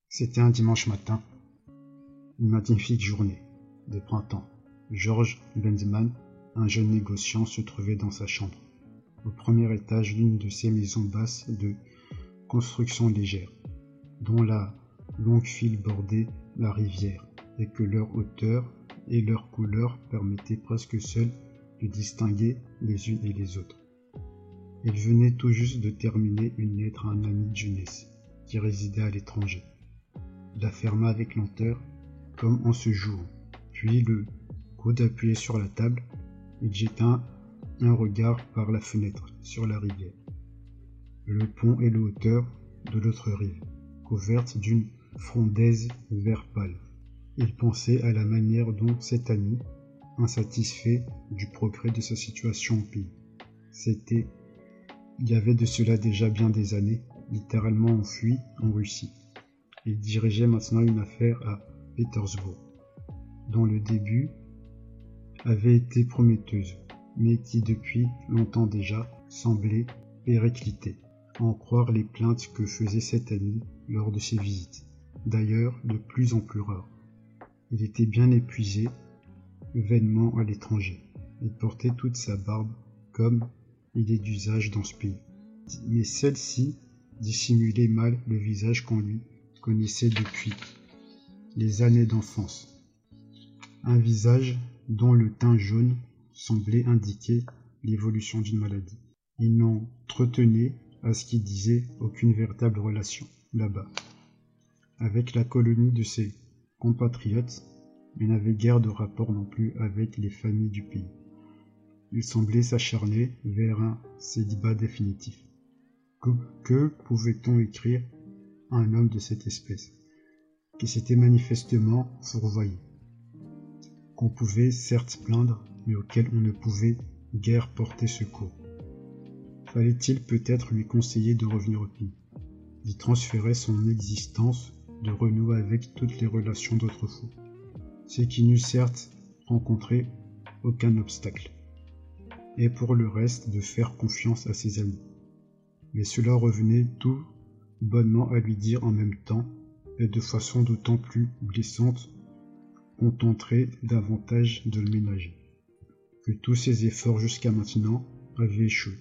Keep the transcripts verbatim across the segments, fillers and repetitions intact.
C'était un dimanche matin, une magnifique journée de printemps. George Benzmann, un jeune négociant, se trouvait dans sa chambre, au premier étage d'une de ces maisons basses de construction légère, dont la longue file bordait la rivière, et que leur hauteur et leur couleur permettaient presque seuls de distinguer les unes et les autres. Il venait tout juste de terminer une lettre à un ami de jeunesse, qui résidait à l'étranger. Il la ferma avec lenteur, comme en se jouant, puis le coude appuyé sur la table, il jeta un regard par la fenêtre sur la rivière, le pont et la hauteur de l'autre rive, couverte d'une frondaise vert pâle. Il pensait à la manière dont cet ami, insatisfait du progrès de sa situation au pays, s'était, il y avait de cela déjà bien des années, littéralement enfui en Russie. Il dirigeait maintenant une affaire à Pétersbourg, dont le début avait été prometteuse, mais qui depuis longtemps déjà semblait péricliter, à en croire les plaintes que faisait cet ami lors de ses visites, d'ailleurs de plus en plus rares. Il était bien épuisé, vainement à l'étranger. Il portait toute sa barbe, comme il est d'usage dans ce pays. Mais celle-ci dissimulait mal le visage qu'on lui connaissait depuis les années d'enfance. Un visage dont le teint jaune semblait indiquer l'évolution d'une maladie. Il n'entretenait, à ce qu'il disait, aucune véritable relation, là-bas, avec la colonie de ses compatriotes, mais n'avait guère de rapport non plus avec les familles du pays. Il semblait s'acharner vers un célibat définitif. Que, que pouvait-on écrire à un homme de cette espèce, qui s'était manifestement fourvoyé, qu'on pouvait certes plaindre, mais auquel on ne pouvait guère porter secours? Fallait-il peut-être lui conseiller de revenir au pays, d'y transférer son existence, de renouer avec toutes les relations d'autrefois, ce qui n'eût certes rencontré aucun obstacle, et pour le reste de faire confiance à ses amis. Mais cela revenait tout bonnement à lui dire en même temps, et de façon d'autant plus blessante qu'on tenterait davantage de le ménager, que tous ses efforts jusqu'à maintenant avaient échoué,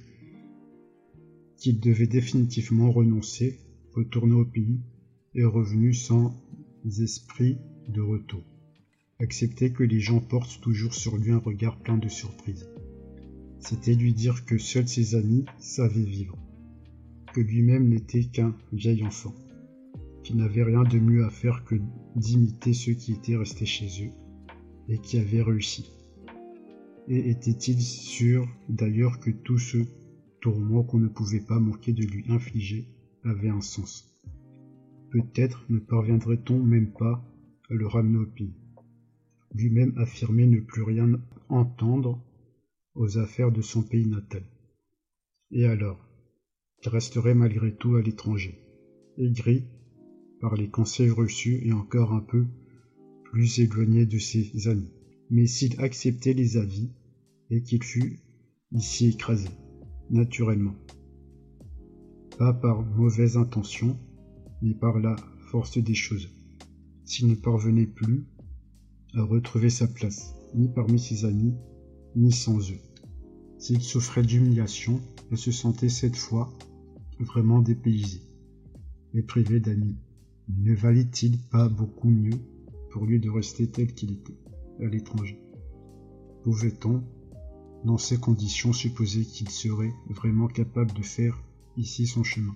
qu'il devait définitivement renoncer, retourner au pays, et revenu sans esprit de retour, accepter que les gens portent toujours sur lui un regard plein de surprise. C'était lui dire que seuls ses amis savaient vivre, que lui-même n'était qu'un vieil enfant, qu'il n'avait rien de mieux à faire que d'imiter ceux qui étaient restés chez eux et qui avaient réussi. Et était-il sûr d'ailleurs que tout ce tourment qu'on ne pouvait pas manquer de lui infliger avait un sens? Peut-être ne parviendrait-on même pas à le ramener au pays. Lui-même affirmait ne plus rien entendre aux affaires de son pays natal. Et alors, il resterait malgré tout à l'étranger, aigri par les conseils reçus et encore un peu plus éloigné de ses amis. Mais s'il acceptait les avis, et qu'il fût ici écrasé, naturellement, pas par mauvaise intention, mais par la force des choses, s'il ne parvenait plus à retrouver sa place, ni parmi ses amis, ni sans eux, s'il souffrait d'humiliation et se sentait cette fois vraiment dépaysé et privé d'amis, ne valait-il pas beaucoup mieux pour lui de rester tel qu'il était, à l'étranger? Pouvait-on, dans ces conditions, supposer qu'il serait vraiment capable de faire ici son chemin?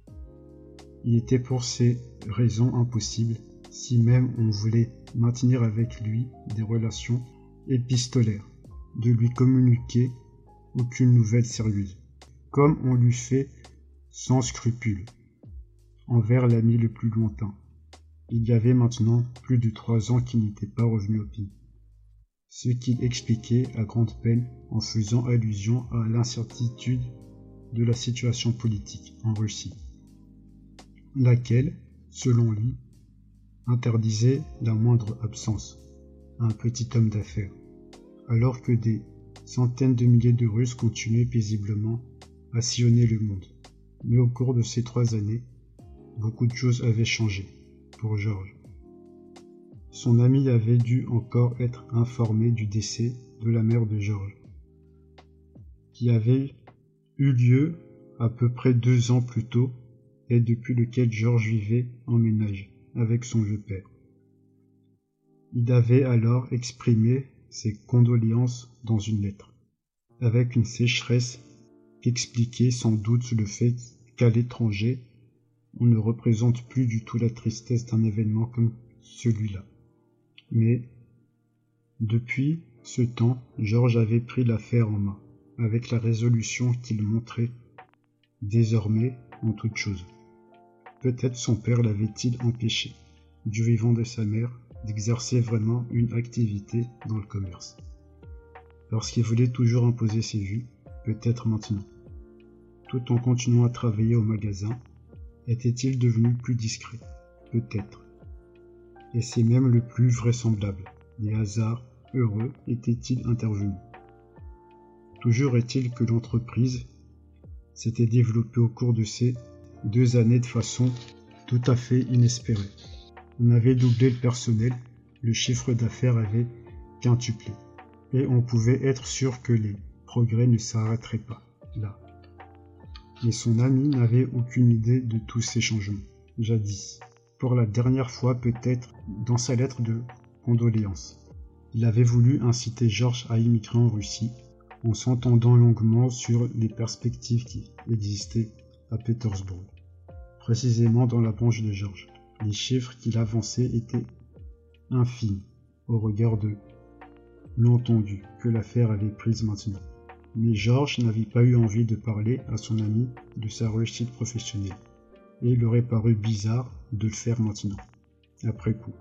Il était pour ces raisons impossible, si même on voulait maintenir avec lui des relations épistolaires, de lui communiquer aucune nouvelle sérieuse, comme on l'eût fait sans scrupule, envers l'ami le plus lointain. Il y avait maintenant plus de trois ans qu'il n'était pas revenu au pays, ce qu'il expliquait à grande peine en faisant allusion à l'incertitude de la situation politique en Russie, laquelle, selon lui, interdisait la moindre absence à un petit homme d'affaires, alors que des centaines de milliers de Russes continuaient paisiblement à sillonner le monde. Mais au cours de ces trois années, beaucoup de choses avaient changé, pour Georges. Son ami avait dû encore être informé du décès de la mère de Georges, qui avait eu lieu à peu près deux ans plus tôt et depuis lequel Georges vivait en ménage avec son vieux père. Il avait alors exprimé ses condoléances dans une lettre, avec une sécheresse qu'expliquait sans doute le fait qu'à l'étranger, on ne représente plus du tout la tristesse d'un événement comme celui-là. Mais, depuis ce temps, Georges avait pris l'affaire en main, avec la résolution qu'il montrait désormais en toute chose. Peut-être son père l'avait-il empêché, du vivant de sa mère, d'exercer vraiment une activité dans le commerce. Parce qu'il voulait toujours imposer ses vues, peut-être maintenant. Tout en continuant à travailler au magasin, était-il devenu plus discret? Peut-être. Et c'est même le plus vraisemblable. Des hasards heureux étaient-ils intervenus? Toujours est-il que l'entreprise s'était développée au cours de ces deux années de façon tout à fait inespérée. On avait doublé le personnel, le chiffre d'affaires avait quintuplé, et on pouvait être sûr que les progrès ne s'arrêteraient pas là. Mais son ami n'avait aucune idée de tous ces changements, jadis. Pour la dernière fois peut-être dans sa lettre de condoléances. Il avait voulu inciter Georges à immigrer en Russie, en s'entendant longuement sur les perspectives qui existaient à Pétersbourg, précisément dans la branche de Georges. Les chiffres qu'il avançait étaient infimes au regard de l'entendu que l'affaire avait prise maintenant. Mais Georges n'avait pas eu envie de parler à son ami de sa réussite professionnelle, et il aurait paru bizarre de le faire maintenant, après coup.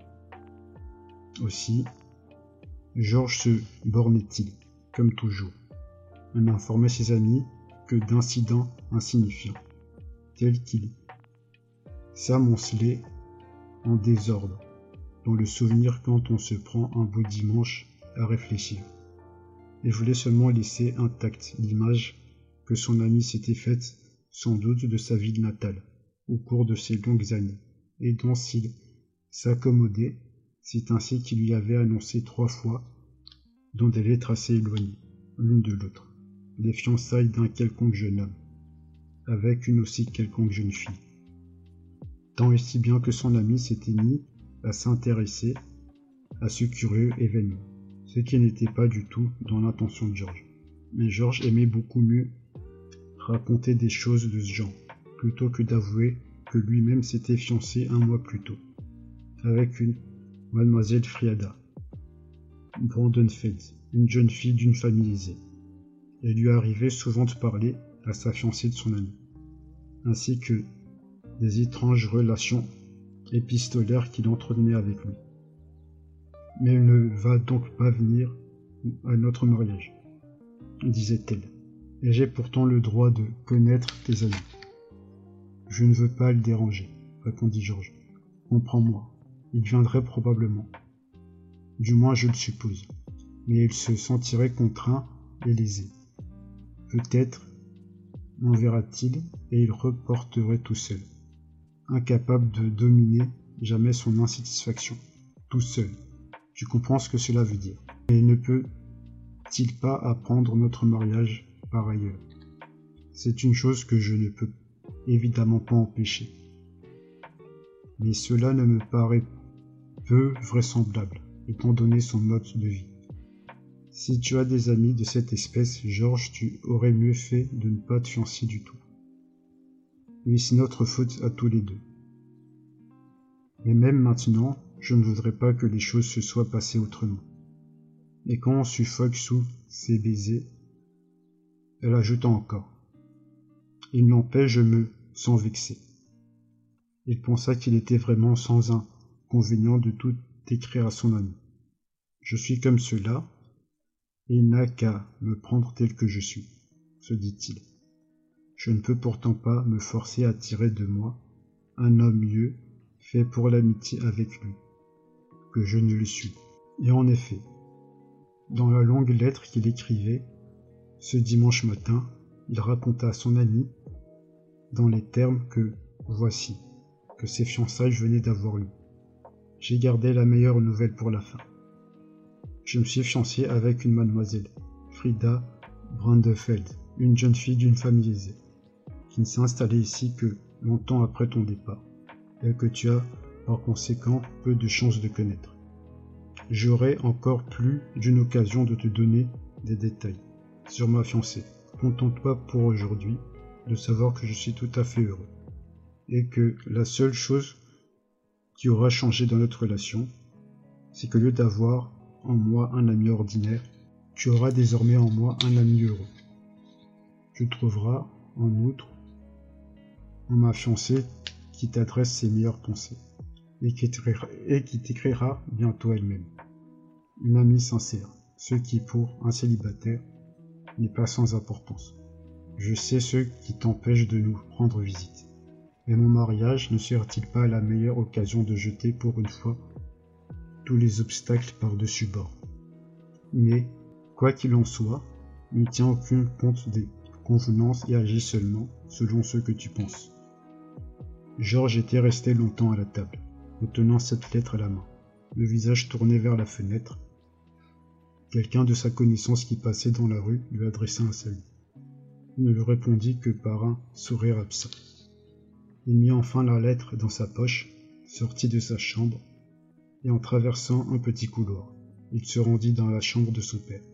Aussi, Georges se bornait-il, comme toujours, à n'informer ses amis que d'incidents insignifiants, tels qu'ils s'amoncelaient en désordre, dans le souvenir quand on se prend un beau dimanche à réfléchir, et voulait seulement laisser intacte l'image que son ami s'était faite sans doute de sa ville natale, au cours de ces longues années, et dont s'il s'accommodait, c'est ainsi qu'il lui avait annoncé trois fois, dans des lettres assez éloignées, l'une de l'autre, les fiançailles d'un quelconque jeune homme, avec une aussi quelconque jeune fille. Tant et si bien que son ami s'était mis à s'intéresser à ce curieux événement, ce qui n'était pas du tout dans l'intention de Georges. Mais Georges aimait beaucoup mieux raconter des choses de ce genre, plutôt que d'avouer que lui-même s'était fiancé un mois plus tôt, avec une mademoiselle Friada Brandenfeld, une jeune fille d'une famille aisée. Il lui arrivait souvent de parler à sa fiancée de son ami, ainsi que des étranges relations épistolaires qu'il entretenait avec lui. Mais elle ne va donc pas venir à notre mariage, disait-elle, et j'ai pourtant le droit de connaître tes amis. Je ne veux pas le déranger, répondit Georges. Comprends-moi, il viendrait probablement. Du moins je le suppose, mais il se sentirait contraint et lésé. Peut-être m'enverra-t-il et il reporterait tout seul, incapable de dominer jamais son insatisfaction, tout seul. Tu comprends ce que cela veut dire. Et ne peut-il pas apprendre notre mariage par ailleurs? C'est une chose que je ne peux évidemment pas empêcher. Mais cela ne me paraît peu vraisemblable, étant donné son mode de vie. Si tu as des amis de cette espèce, Georges, tu aurais mieux fait de ne pas te fiancer du tout. Oui, c'est notre faute à tous les deux. Mais même maintenant, je ne voudrais pas que les choses se soient passées autrement. Et quand on suffoque sous ses baisers, elle ajouta encore. Il n'empêche, je me sens vexé. Il pensa qu'il était vraiment sans inconvénient de tout écrire à son ami. Je suis comme cela, et il n'a qu'à me prendre tel que je suis, se dit-il. Je ne peux pourtant pas me forcer à tirer de moi un homme mieux fait pour l'amitié avec lui, que je ne le suis. Et en effet, dans la longue lettre qu'il écrivait, ce dimanche matin, il raconta à son ami, dans les termes que voici, que ses fiançailles venaient d'avoir lieu, J'ai gardé la meilleure nouvelle pour la fin. Je me suis fiancé avec une mademoiselle, Frida Brandefeld, une jeune fille d'une famille aisée, qui ne s'est installée ici que longtemps après ton départ, et que tu as par conséquent peu de chances de connaître. J'aurai encore plus d'une occasion de te donner des détails sur ma fiancée. Contente-toi pour aujourd'hui de savoir que je suis tout à fait heureux, et que la seule chose qui aura changé dans notre relation, c'est qu'au lieu d'avoir en moi un ami ordinaire, tu auras désormais en moi un ami heureux. Tu trouveras, en outre, en ma fiancée qui t'adresse ses meilleures pensées, et qui t'écrira, et qui t'écrira bientôt elle-même. Une amie sincère, ce qui pour un célibataire n'est pas sans importance. Je sais ce qui t'empêche de nous rendre visite. Mais mon mariage ne sera-t-il pas la meilleure occasion de jeter pour une fois tous les obstacles par-dessus bord? Mais, quoi qu'il en soit, ne tiens aucun compte des convenances et agis seulement selon ce que tu penses. Georges était resté longtemps à la table, en tenant cette lettre à la main, le visage tourné vers la fenêtre. Quelqu'un de sa connaissance qui passait dans la rue lui adressa un salut. Il ne lui répondit que par un sourire absent. Il mit enfin la lettre dans sa poche, sortit de sa chambre, et en traversant un petit couloir, il se rendit dans la chambre de son père,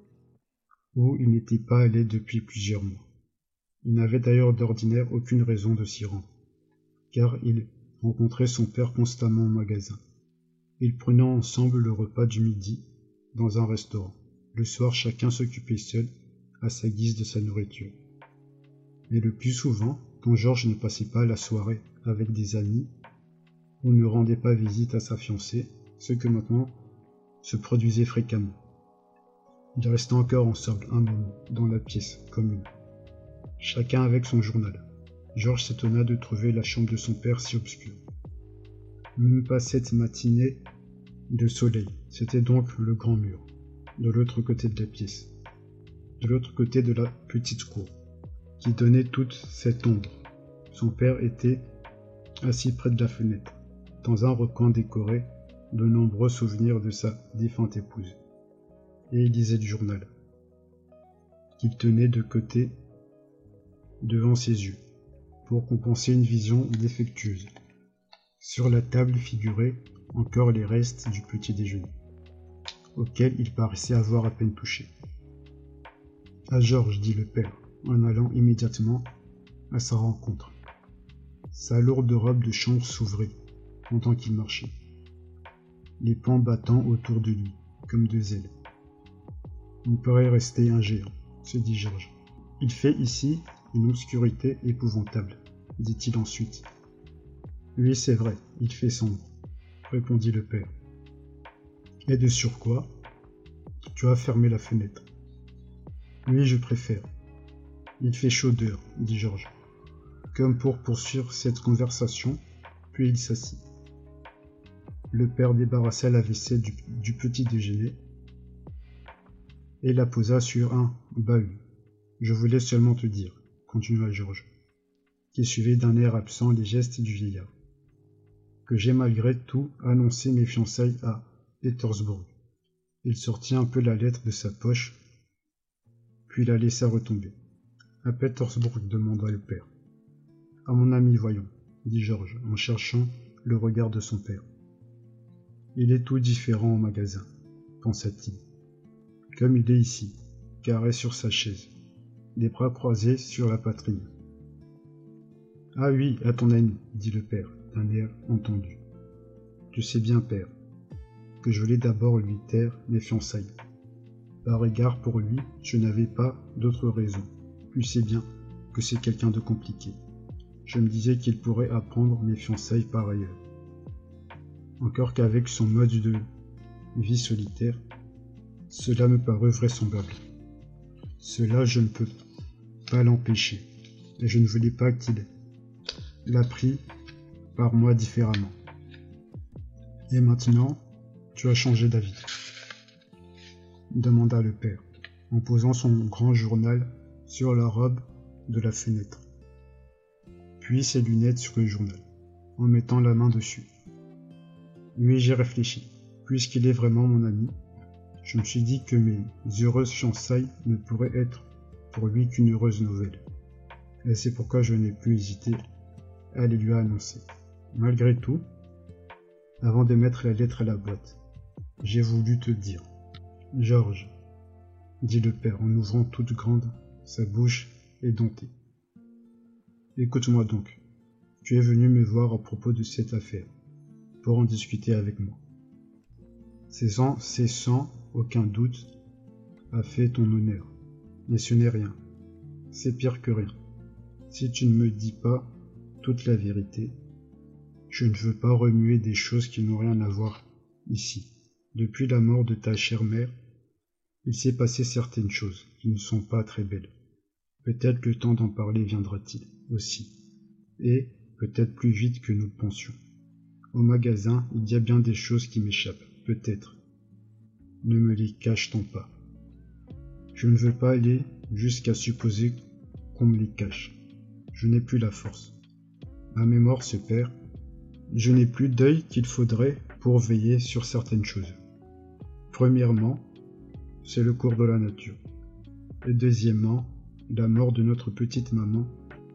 où il n'était pas allé depuis plusieurs mois. Il n'avait d'ailleurs d'ordinaire aucune raison de s'y rendre, car il rencontrait son père constamment au magasin. Ils prenaient ensemble le repas du midi dans un restaurant. Le soir, chacun s'occupait seul à sa guise de sa nourriture. Mais le plus souvent, quand Georges ne passait pas la soirée avec des amis ou ne rendait pas visite à sa fiancée, ce que maintenant se produisait fréquemment. Ils restaient encore ensemble un moment dans la pièce commune, chacun avec son journal. Georges s'étonna de trouver la chambre de son père si obscure. Même pas cette matinée de soleil, c'était donc le grand mur, de l'autre côté de la pièce, de l'autre côté de la petite cour, qui donnait toute cette ombre. Son père était assis près de la fenêtre, dans un recoin décoré de nombreux souvenirs de sa défunte épouse, et il lisait du journal, qu'il tenait de côté devant ses yeux, pour compenser une vision défectueuse. Sur la table figuraient encore les restes du petit déjeuner, auquel il paraissait avoir à peine touché. « À Georges, dit le père, en allant immédiatement à sa rencontre. Sa lourde robe de chambre s'ouvrit pendant qu'il marchait, les pans battant autour de lui comme deux ailes. On pourrait rester un géant, se dit Georges. Il fait ici une obscurité épouvantable, dit-il ensuite. Oui, c'est vrai, il fait sombre, répondit le père. Et de surcroît, tu as fermé la fenêtre. Oui, je préfère. Il fait chaud dehors, dit Georges, comme pour poursuivre cette conversation, puis il s'assit. Le père débarrassa la vaisselle du, du petit déjeuner et la posa sur un bahut. Je voulais seulement te dire, continua Georges, qui suivait d'un air absent les gestes du vieillard, que j'ai malgré tout annoncé mes fiançailles à Petersburg. Il sortit un peu la lettre de sa poche, puis la laissa retomber. À Petersburg, demanda le père. À mon ami, voyons, dit Georges, en cherchant le regard de son père. Il est tout différent au magasin, pensa-t-il, comme il est ici, carré sur sa chaise, les bras croisés sur la poitrine. Ah oui, à ton ami, dit le père, d'un air entendu. Tu sais bien, père, que je voulais d'abord lui taire mes fiançailles. Par égard pour lui, je n'avais pas d'autre raison. Tu sais bien que c'est quelqu'un de compliqué. Je me disais qu'il pourrait apprendre mes fiançailles par ailleurs. Encore qu'avec son mode de vie solitaire, cela me parut vraisemblable. Cela, je ne peux pas l'empêcher, et je ne voulais pas qu'il l'apprit par moi différemment. Et maintenant, tu as changé d'avis, demanda le père, en posant son grand journal sur la robe de la fenêtre, puis ses lunettes sur le journal, en mettant la main dessus. Oui, j'ai réfléchi. Puisqu'il est vraiment mon ami, je me suis dit que mes heureuses fiançailles ne pourraient être pour lui qu'une heureuse nouvelle. Et c'est pourquoi je n'ai plus hésité à les lui annoncer. Malgré tout, avant de mettre la lettre à la boîte, j'ai voulu te dire. Georges, dit le père en ouvrant toute grande sa bouche édentée. Écoute-moi donc. Tu es venu me voir à propos de cette affaire, pour en discuter avec moi. C'est sans, c'est sans aucun doute a fait ton honneur, mais ce n'est rien. C'est pire que rien. Si tu ne me dis pas toute la vérité, je ne veux pas remuer des choses qui n'ont rien à voir ici. Depuis la mort de ta chère mère, il s'est passé certaines choses qui ne sont pas très belles. Peut-être le temps d'en parler viendra-t-il aussi, et peut-être plus vite que nous le pensions. Au magasin, il y a bien des choses qui m'échappent, peut-être. Ne me les cache-t-on pas. Je ne veux pas aller jusqu'à supposer qu'on me les cache. Je n'ai plus la force. Ma mémoire se perd. Je n'ai plus d'œil qu'il faudrait pour veiller sur certaines choses. Premièrement, c'est le cours de la nature. Et deuxièmement, la mort de notre petite maman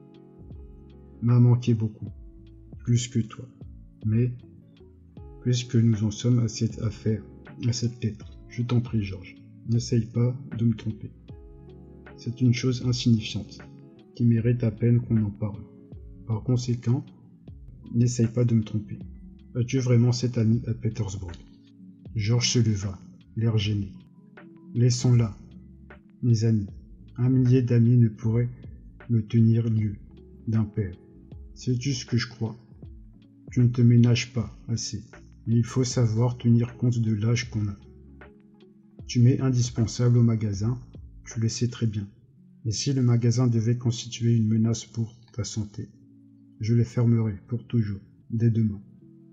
m'a manqué beaucoup, plus que toi. Mais, puisque nous en sommes à cette affaire, à cette lettre, je t'en prie, Georges, n'essaye pas de me tromper. C'est une chose insignifiante, qui mérite à peine qu'on en parle. Par conséquent, n'essaye pas de me tromper. As-tu vraiment cet ami à Petersburg? Georges se leva, l'air gêné. Laissons-la, mes amis. Un millier d'amis ne pourrait me tenir lieu d'un père. Sais-tu ce que je crois? Tu ne te ménages pas assez, mais il faut savoir tenir compte de l'âge qu'on a. Tu m'es indispensable au magasin, tu le sais très bien. Et si le magasin devait constituer une menace pour ta santé, je le fermerai pour toujours, dès demain.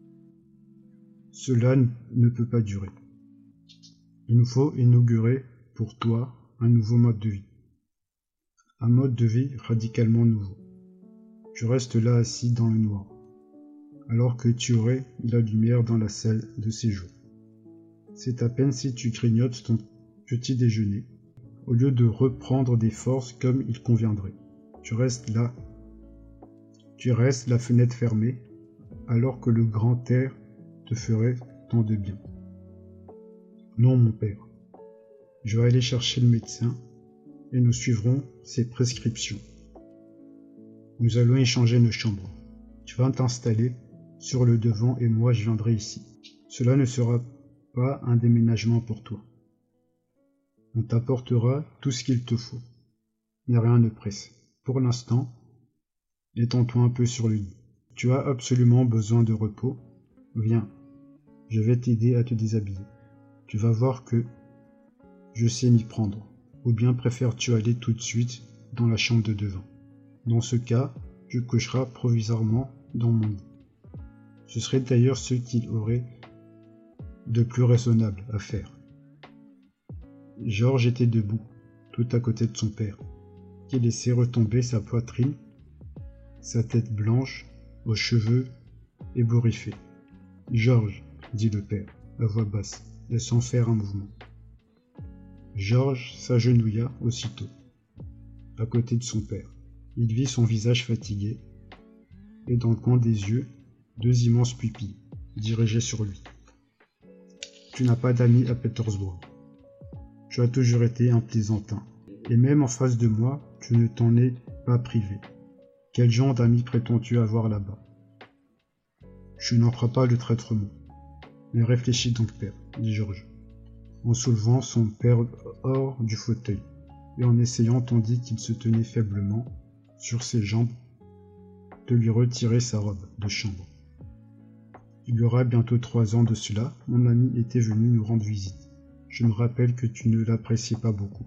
Cela ne peut pas durer. Il nous faut inaugurer, pour toi, un nouveau mode de vie. Un mode de vie radicalement nouveau. Tu restes là assis dans le noir, alors que tu aurais la lumière dans la salle de séjour. C'est à peine si tu grignotes ton petit déjeuner, au lieu de reprendre des forces comme il conviendrait. Tu restes là, tu restes la fenêtre fermée, alors que le grand air te ferait tant de bien. Non, mon père, je vais aller chercher le médecin et nous suivrons ses prescriptions. Nous allons échanger nos chambres. Tu vas t'installer sur le devant et moi je viendrai ici. Cela ne sera pas un déménagement pour toi. On t'apportera tout ce qu'il te faut, mais rien ne presse. Pour l'instant, étends-toi un peu sur le lit. Tu as absolument besoin de repos. Viens, je vais t'aider à te déshabiller. Tu vas voir que je sais m'y prendre. Ou bien préfères-tu aller tout de suite dans la chambre de devant? Dans ce cas, tu coucheras provisoirement dans mon lit. Ce serait d'ailleurs ce qu'il aurait de plus raisonnable à faire. Georges était debout, tout à côté de son père, qui laissait retomber sa poitrine, sa tête blanche, aux cheveux ébouriffés. « Georges, dit le père, à voix basse, et sans faire un mouvement. Georges s'agenouilla aussitôt, à côté de son père. Il vit son visage fatigué, et dans le coin des yeux, deux immenses pupilles, dirigées sur lui. « Tu n'as pas d'amis à Pétersbourg. Tu as toujours été un plaisantin, et même en face de moi, tu ne t'en es pas privé. Quel genre d'amis prétends-tu avoir là-bas? Je n'en crois pas le traître mot. Mais réfléchis donc, père, dit Georges, en soulevant son père hors du fauteuil, et en essayant, tandis qu'il se tenait faiblement sur ses jambes, de lui retirer sa robe de chambre. Il y aura bientôt trois ans de cela, mon ami était venu nous rendre visite. Je me rappelle que tu ne l'appréciais pas beaucoup.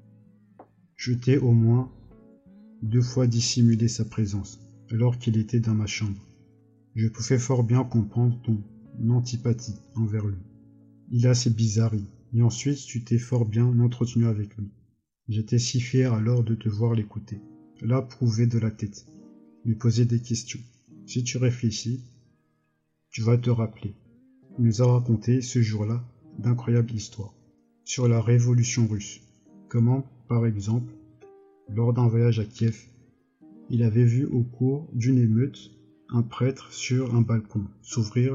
Je t'ai au moins deux fois dissimulé sa présence, alors qu'il était dans ma chambre. Je pouvais fort bien comprendre ton antipathie envers lui. Il a ses bizarreries, et ensuite tu t'es fort bien entretenu avec lui. J'étais si fier alors de te voir l'écouter, là prouver de la tête, lui poser des questions. Si tu réfléchis, tu vas te rappeler. Il nous a raconté ce jour-là d'incroyables histoires sur la révolution russe. Comment, par exemple, lors d'un voyage à Kiev, il avait vu au cours d'une émeute un prêtre sur un balcon s'ouvrir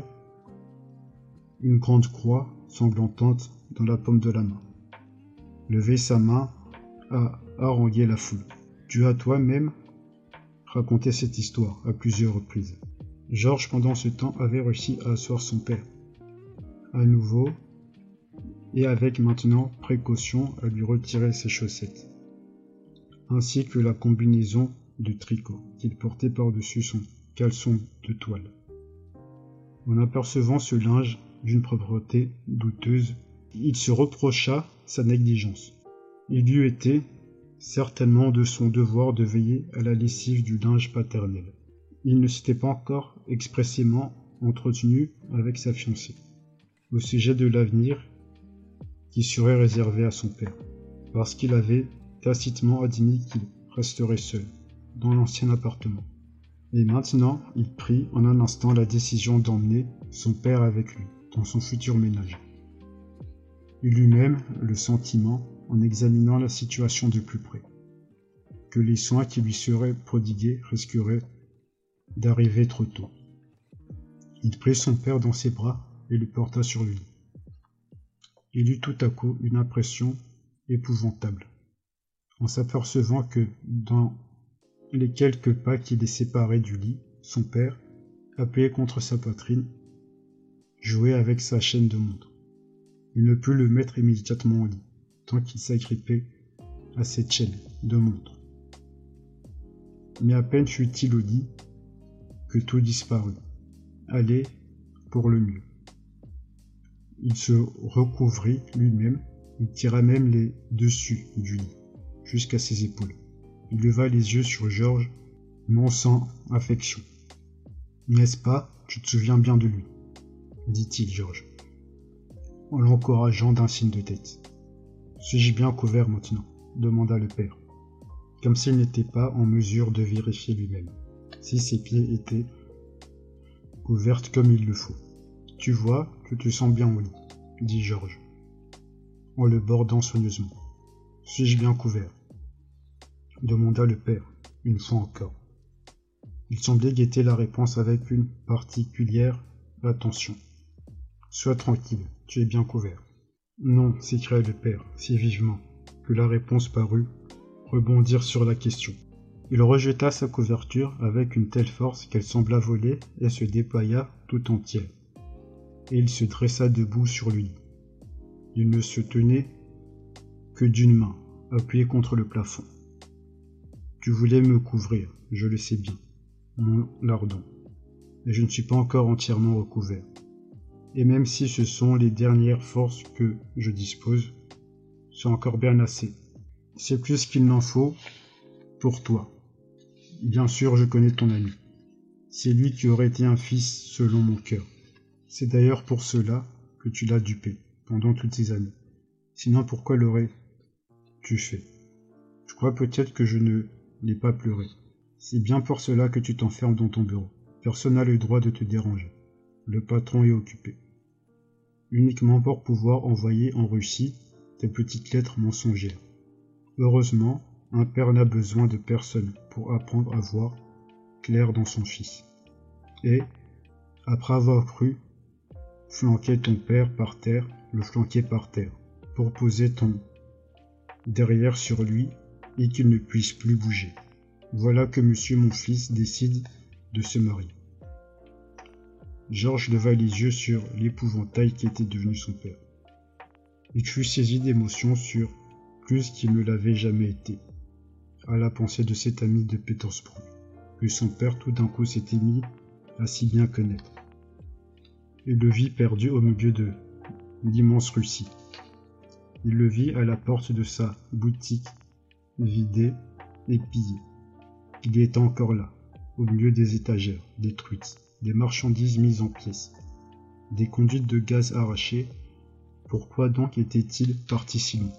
une grande croix sanglantante dans la paume de la main. Lever sa main à haranguer la foule. Tu as toi-même raconté cette histoire à plusieurs reprises. Georges, pendant ce temps, avait réussi à asseoir son père. À nouveau, et avec maintenant précaution à lui retirer ses chaussettes, ainsi que la combinaison de tricot qu'il portait par-dessus son caleçon de toile. En apercevant ce linge d'une propreté douteuse, il se reprocha sa négligence. Il eût été certainement de son devoir de veiller à la lessive du linge paternel. Il ne s'était pas encore expressément entretenu avec sa fiancée au sujet de l'avenir qui serait réservé à son père, parce qu'il avait tacitement admis qu'il resterait seul dans l'ancien appartement. Et maintenant, il prit en un instant la décision d'emmener son père avec lui dans son futur ménage. Il eut même le sentiment, en examinant la situation de plus près, que les soins qui lui seraient prodigués risqueraient d'arriver trop tôt. Il prit son père dans ses bras et le porta sur lui. Il eut tout à coup une impression épouvantable, en s'apercevant que, dans les quelques pas qui les séparaient du lit, son père, appuyé contre sa poitrine, jouait avec sa chaîne de montre. Il ne put le mettre immédiatement au lit, tant qu'il s'agrippait à cette chaîne de montre. Mais à peine fut-il au lit que tout disparut. Allez pour le mieux. Il se recouvrit lui-même, il tira même les dessus du lit, jusqu'à ses épaules. Il leva les yeux sur Georges, non sans affection. « N'est-ce pas, tu te souviens bien de lui ?» dit-il Georges, en l'encourageant d'un signe de tête. « Suis-je bien couvert maintenant ?» demanda le père, comme s'il n'était pas en mesure de vérifier lui-même si ses pieds étaient couverts comme il le faut. « Tu vois que tu sens bien au lit, » dit Georges, en le bordant soigneusement. « Suis-je bien couvert ?» demanda le père, une fois encore. Il semblait guetter la réponse avec une particulière attention. « Sois tranquille, tu es bien couvert. »« Non, » s'écria le père, si vivement, que la réponse parut rebondir sur la question. Il rejeta sa couverture avec une telle force qu'elle sembla voler et se déploya tout entière. Et il se dressa debout sur le lit. Il ne se tenait que d'une main, appuyée contre le plafond. « Tu voulais me couvrir, je le sais bien, mon lardon, et je ne suis pas encore entièrement recouvert. Et même si ce sont les dernières forces que je dispose, c'est encore bien assez. C'est plus qu'il n'en faut pour toi. Bien sûr, je connais ton ami. C'est lui qui aurait été un fils selon mon cœur. C'est d'ailleurs pour cela que tu l'as dupé pendant toutes ces années. Sinon, pourquoi l'aurais-tu fait? Je crois peut-être que je ne l'ai pas pleuré. C'est bien pour cela que tu t'enfermes dans ton bureau. Personne n'a le droit de te déranger. Le patron est occupé. Uniquement pour pouvoir envoyer en Russie tes petites lettres mensongères. Heureusement, un père n'a besoin de personne pour apprendre à voir clair dans son fils. Et, après avoir cru flanquer ton père par terre, le flanquer par terre, pour poser ton derrière sur lui et qu'il ne puisse plus bouger. Voilà que monsieur mon fils décide de se marier. » Georges leva les yeux sur l'épouvantail qui était devenu son père. Il fut saisi d'émotion sur plus qu'il ne l'avait jamais été, à la pensée de cet ami de Pétersbourg, que son père tout d'un coup s'était mis à si bien connaître. Il le vit perdu au milieu de l'immense Russie. Il le vit à la porte de sa boutique, vidée et pillée. Il était encore là, au milieu des étagères détruites, des marchandises mises en pièces, des conduites de gaz arrachées. Pourquoi donc était-il parti si loin?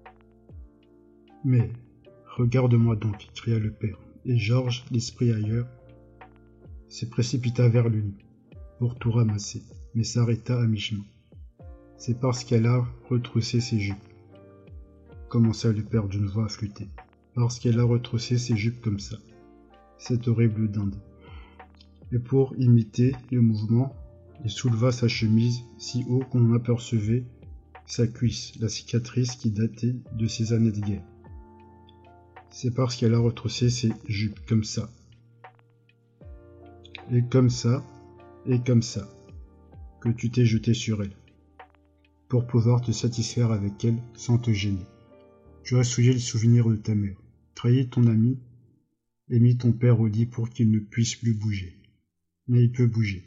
« Mais, regarde-moi donc, » cria le père, et Georges, l'esprit ailleurs, se précipita vers le lit, pour tout ramasser. mais s'arrêta à mi-chemin. C'est parce qu'elle a retroussé ses jupes, commença le père d'une voix flûtée. Parce qu'elle a retroussé ses jupes comme ça, cette horrible dinde. Et pour imiter le mouvement, il souleva sa chemise si haut qu'on apercevait sa cuisse, la cicatrice qui datait de ses années de guerre. C'est parce qu'elle a retroussé ses jupes comme ça, et comme ça, et comme ça, que tu t'es jeté sur elle, pour pouvoir te satisfaire avec elle sans te gêner. Tu as souillé le souvenir de ta mère, trahi ton ami, et mis ton père au lit pour qu'il ne puisse plus bouger. Mais il peut bouger.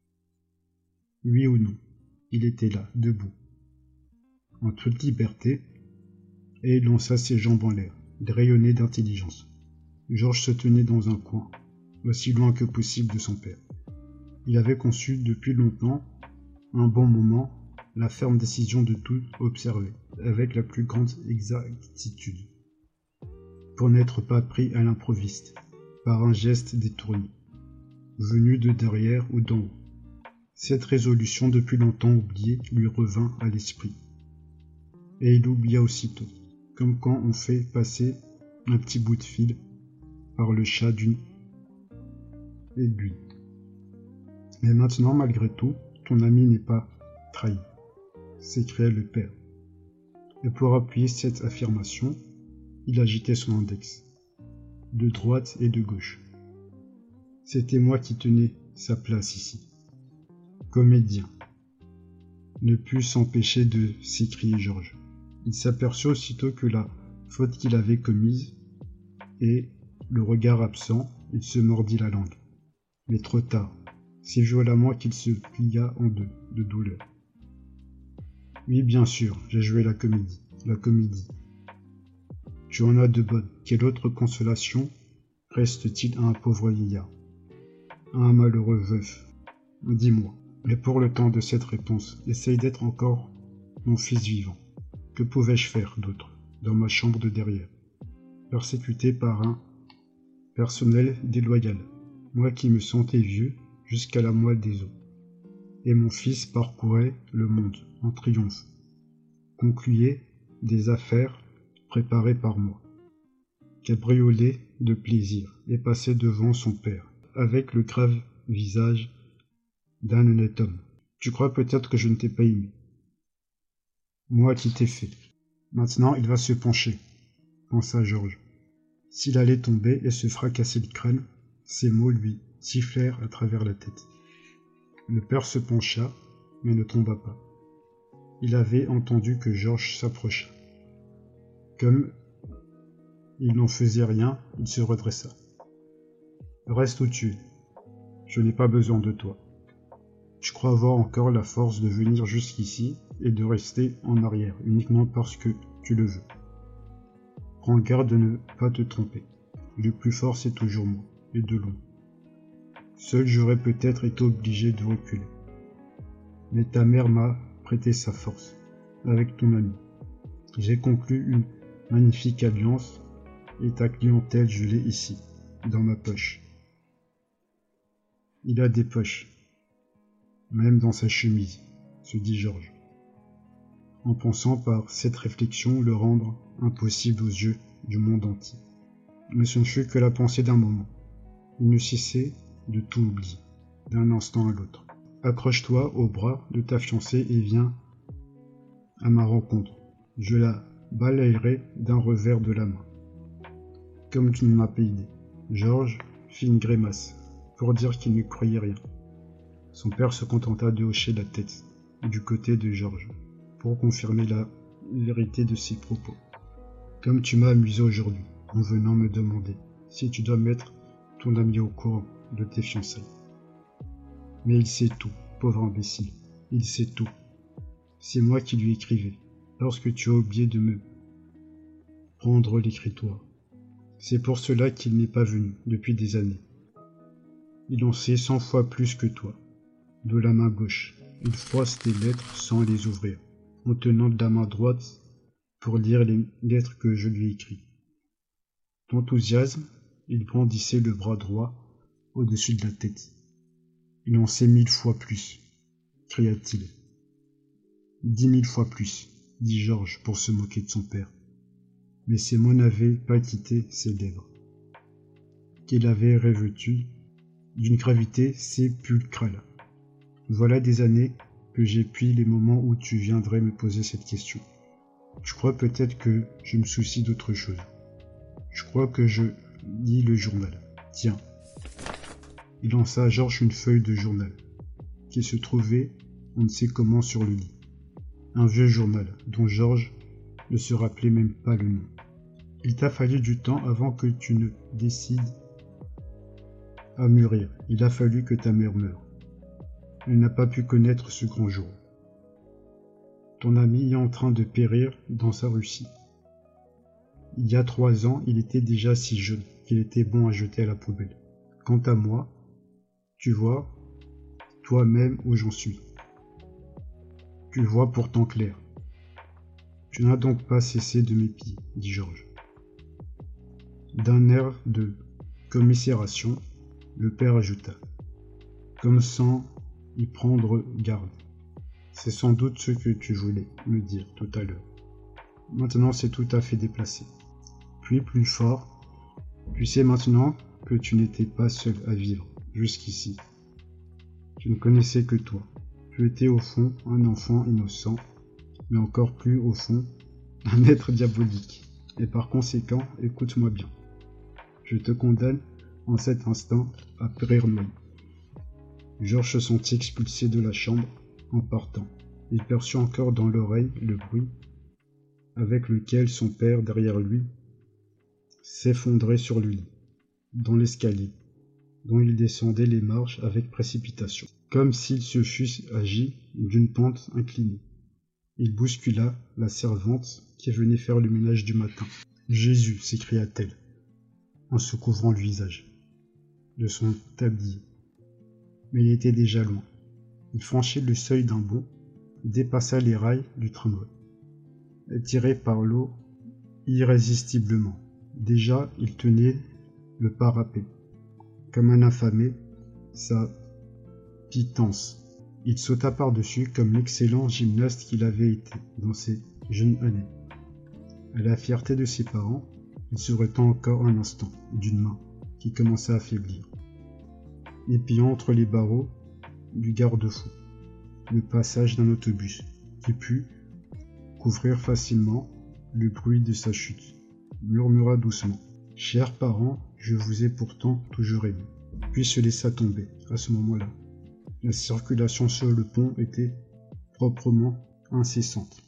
Oui ou non, il était là, debout, en toute liberté, et il lança ses jambes en l'air. Il rayonnait d'intelligence. Georges se tenait dans un coin, aussi loin que possible de son père. Il avait conçu depuis longtemps, un bon moment, la ferme décision de tout observer, avec la plus grande exactitude, pour n'être pas pris à l'improviste, par un geste détourné, venu de derrière ou d'en haut. Cette résolution depuis longtemps oubliée lui revint à l'esprit, et il oublia aussitôt, comme quand on fait passer un petit bout de fil par le chat d'une aiguille. Mais maintenant, malgré tout, ton ami n'est pas trahi, s'écria le père. Et pour appuyer cette affirmation, il agitait son index, de droite et de gauche. C'était moi qui tenais sa place ici. Comédien. Ne put s'empêcher de s'écrier Georges. Il s'aperçut aussitôt que la faute qu'il avait commise, et, le regard absent, il se mordit la langue. Mais trop tard, si violemment qu'il se plia en deux, de douleur. Oui, bien sûr, j'ai joué la comédie, la comédie. Tu en as de bonnes. Quelle autre consolation reste-t-il à un pauvre vieillard, à un malheureux veuf? Dis-moi. Mais pour le temps de cette réponse, essaye d'être encore mon fils vivant. Que pouvais-je faire d'autre, dans ma chambre de derrière, persécuté par un personnel déloyal, moi qui me sentais vieux jusqu'à la moelle des os, et mon fils parcourait le monde en triomphe, concluait des affaires préparées par moi, cabriolait de plaisir et passait devant son père, avec le grave visage d'un honnête homme. Tu crois peut-être que je ne t'ai pas aimé. Moi qui t'ai fait. Maintenant il va se pencher, pensa Georges. S'il allait tomber et se fracasser le crâne, ces mots lui sifflèrent à travers la tête. Le père se pencha, mais ne tomba pas. Il avait entendu que Georges s'approcha. Comme il n'en faisait rien, il se redressa. Reste où tu es. Je n'ai pas besoin de toi. Je crois avoir encore la force de venir jusqu'ici et de rester en arrière, uniquement parce que tu le veux. Prends garde de ne pas te tromper. Le plus fort, c'est toujours moi, et de loin. Seul j'aurais peut-être été obligé de reculer. Mais ta mère m'a prêté sa force, avec ton ami. J'ai conclu une magnifique alliance, et ta clientèle, je l'ai ici, dans ma poche. Il a des poches, même dans sa chemise, se dit Georges, en pensant par cette réflexion le rendre impossible aux yeux du monde entier. Mais ce ne fut que la pensée d'un moment. Il ne cessait de tout oublier, d'un instant à l'autre. Accroche-toi au bras de ta fiancée et viens à ma rencontre. Je la balayerai d'un revers de la main. Comme tu ne m'as pas idée. Georges fit une grimace, pour dire qu'il ne croyait rien. Son père se contenta de hocher la tête, du côté de Georges, pour confirmer la vérité de ses propos. Comme tu m'as amusé aujourd'hui, en venant me demander si tu dois mettre ton ami au courant de tes fiançailles. Mais il sait tout, pauvre imbécile, il sait tout. C'est moi qui lui écrivais, lorsque tu as oublié de me rendre l'écritoire. C'est pour cela qu'il n'est pas venu depuis des années. Il en sait cent fois plus que toi. De la main gauche, il froisse tes lettres sans les ouvrir, en tenant de la main droite pour lire les lettres que je lui écris. D'enthousiasme, il brandissait le bras droit au-dessus de la tête. Il en sait mille fois plus, cria-t-il. Dix mille fois plus, dit Georges pour se moquer de son père. Mais ces mots n'avaient pas quitté ses lèvres, qu'il avait revêtues d'une gravité sépulcrale. Voilà des années que j'épuise les moments où tu viendrais me poser cette question. Je crois peut-être que je me soucie d'autre chose. Je crois que je lis le journal. Tiens. Il lança à Georges une feuille de journal, qui se trouvait on ne sait comment sur le lit. Un vieux journal, dont Georges ne se rappelait même pas le nom. Il t'a fallu du temps avant que tu ne décides à mûrir. Il a fallu que ta mère meure. Elle n'a pas pu connaître ce grand jour. Ton ami est en train de périr dans sa Russie. Il y a trois ans, il était déjà si jeune qu'il était bon à jeter à la poubelle. Quant à moi, tu vois toi-même où j'en suis. Tu vois pourtant clair. Tu n'as donc pas cessé de m'épier, dit Georges. D'un air de commisération, le père ajouta, comme sans y prendre garde. C'est sans doute ce que tu voulais me dire tout à l'heure. Maintenant c'est tout à fait déplacé. Puis plus fort, tu sais maintenant que tu n'étais pas seul à vivre jusqu'ici. Tu ne connaissais que toi. Tu étais au fond un enfant innocent, mais encore plus au fond un être diabolique. Et par conséquent, écoute-moi bien. Je te condamne en cet instant à périr noyé. Georges se sentit expulsé de la chambre en partant. Il perçut encore dans l'oreille le bruit avec lequel son père, derrière lui, s'effondrait sur le lit, dans l'escalier, dont il descendait les marches avec précipitation, comme s'il se fût agi d'une pente inclinée. Il bouscula la servante qui venait faire le ménage du matin. « Jésus !» s'écria-t-elle, en se couvrant le visage de son tablier. Mais il était déjà loin. Il franchit le seuil d'un bond, dépassa les rails du tramway, attiré par l'eau irrésistiblement. Déjà, il tenait le parapet, comme un affamé, sa pitance. Il sauta par-dessus comme l'excellent gymnaste qu'il avait été dans ses jeunes années. À la fierté de ses parents, il se retint encore un instant d'une main qui commençait à faiblir, épiant entre les barreaux du garde-fou le passage d'un autobus qui put couvrir facilement le bruit de sa chute. Murmura doucement. « Chers parents, je vous ai pourtant toujours aimé. » Puis se laissa tomber. À ce moment-là, la circulation sur le pont était proprement incessante.